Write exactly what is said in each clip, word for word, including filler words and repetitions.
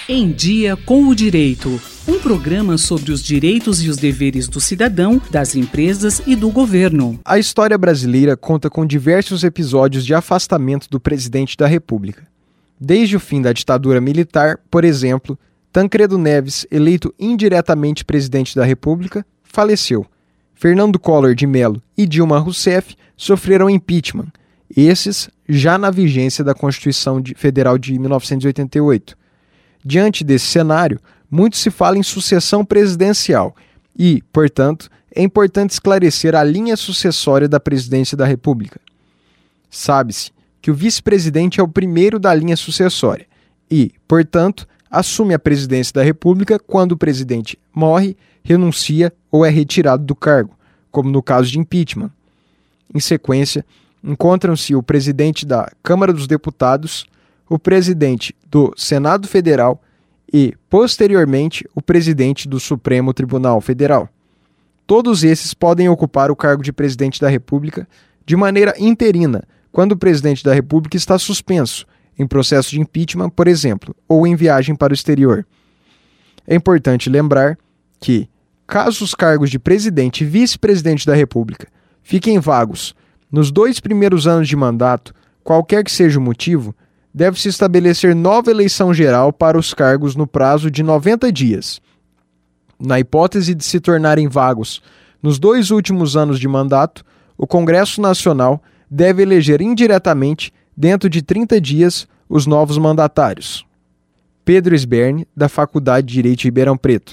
Em Dia com o Direito, um programa sobre os direitos e os deveres do cidadão, das empresas e do governo. A história brasileira conta com diversos episódios de afastamento do presidente da República. Desde o fim da ditadura militar, por exemplo, Tancredo Neves, eleito indiretamente presidente da República, faleceu. Fernando Collor de Mello e Dilma Rousseff sofreram impeachment, esses já na vigência da Constituição Federal de mil novecentos e oitenta e oito. Diante desse cenário, muito se fala em sucessão presidencial e, portanto, é importante esclarecer a linha sucessória da presidência da República. Sabe-se que o vice-presidente é o primeiro da linha sucessória e, portanto, assume a presidência da República quando o presidente morre, renuncia ou é retirado do cargo, como no caso de impeachment. Em sequência, encontram-se o presidente da Câmara dos Deputados, o presidente do Senado Federal e, posteriormente, o presidente do Supremo Tribunal Federal. Todos esses podem ocupar o cargo de presidente da República de maneira interina, quando o presidente da República está suspenso, em processo de impeachment, por exemplo, ou em viagem para o exterior. É importante lembrar que, caso os cargos de presidente e vice-presidente da República fiquem vagos nos dois primeiros anos de mandato, qualquer que seja o motivo, deve-se estabelecer nova eleição geral para os cargos no prazo de noventa dias. Na hipótese de se tornarem vagos nos dois últimos anos de mandato, o Congresso Nacional deve eleger indiretamente, dentro de trinta dias, os novos mandatários. Pedro Sberne, da Faculdade de Direito de Ribeirão Preto.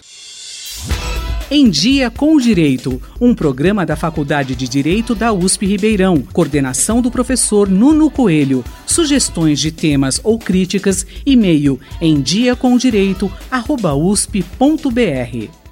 Em Dia com o Direito, um programa da Faculdade de Direito da U S P Ribeirão, coordenação do professor Nuno Coelho. Sugestões de temas ou críticas, e-mail em dia com direito arroba usp ponto br.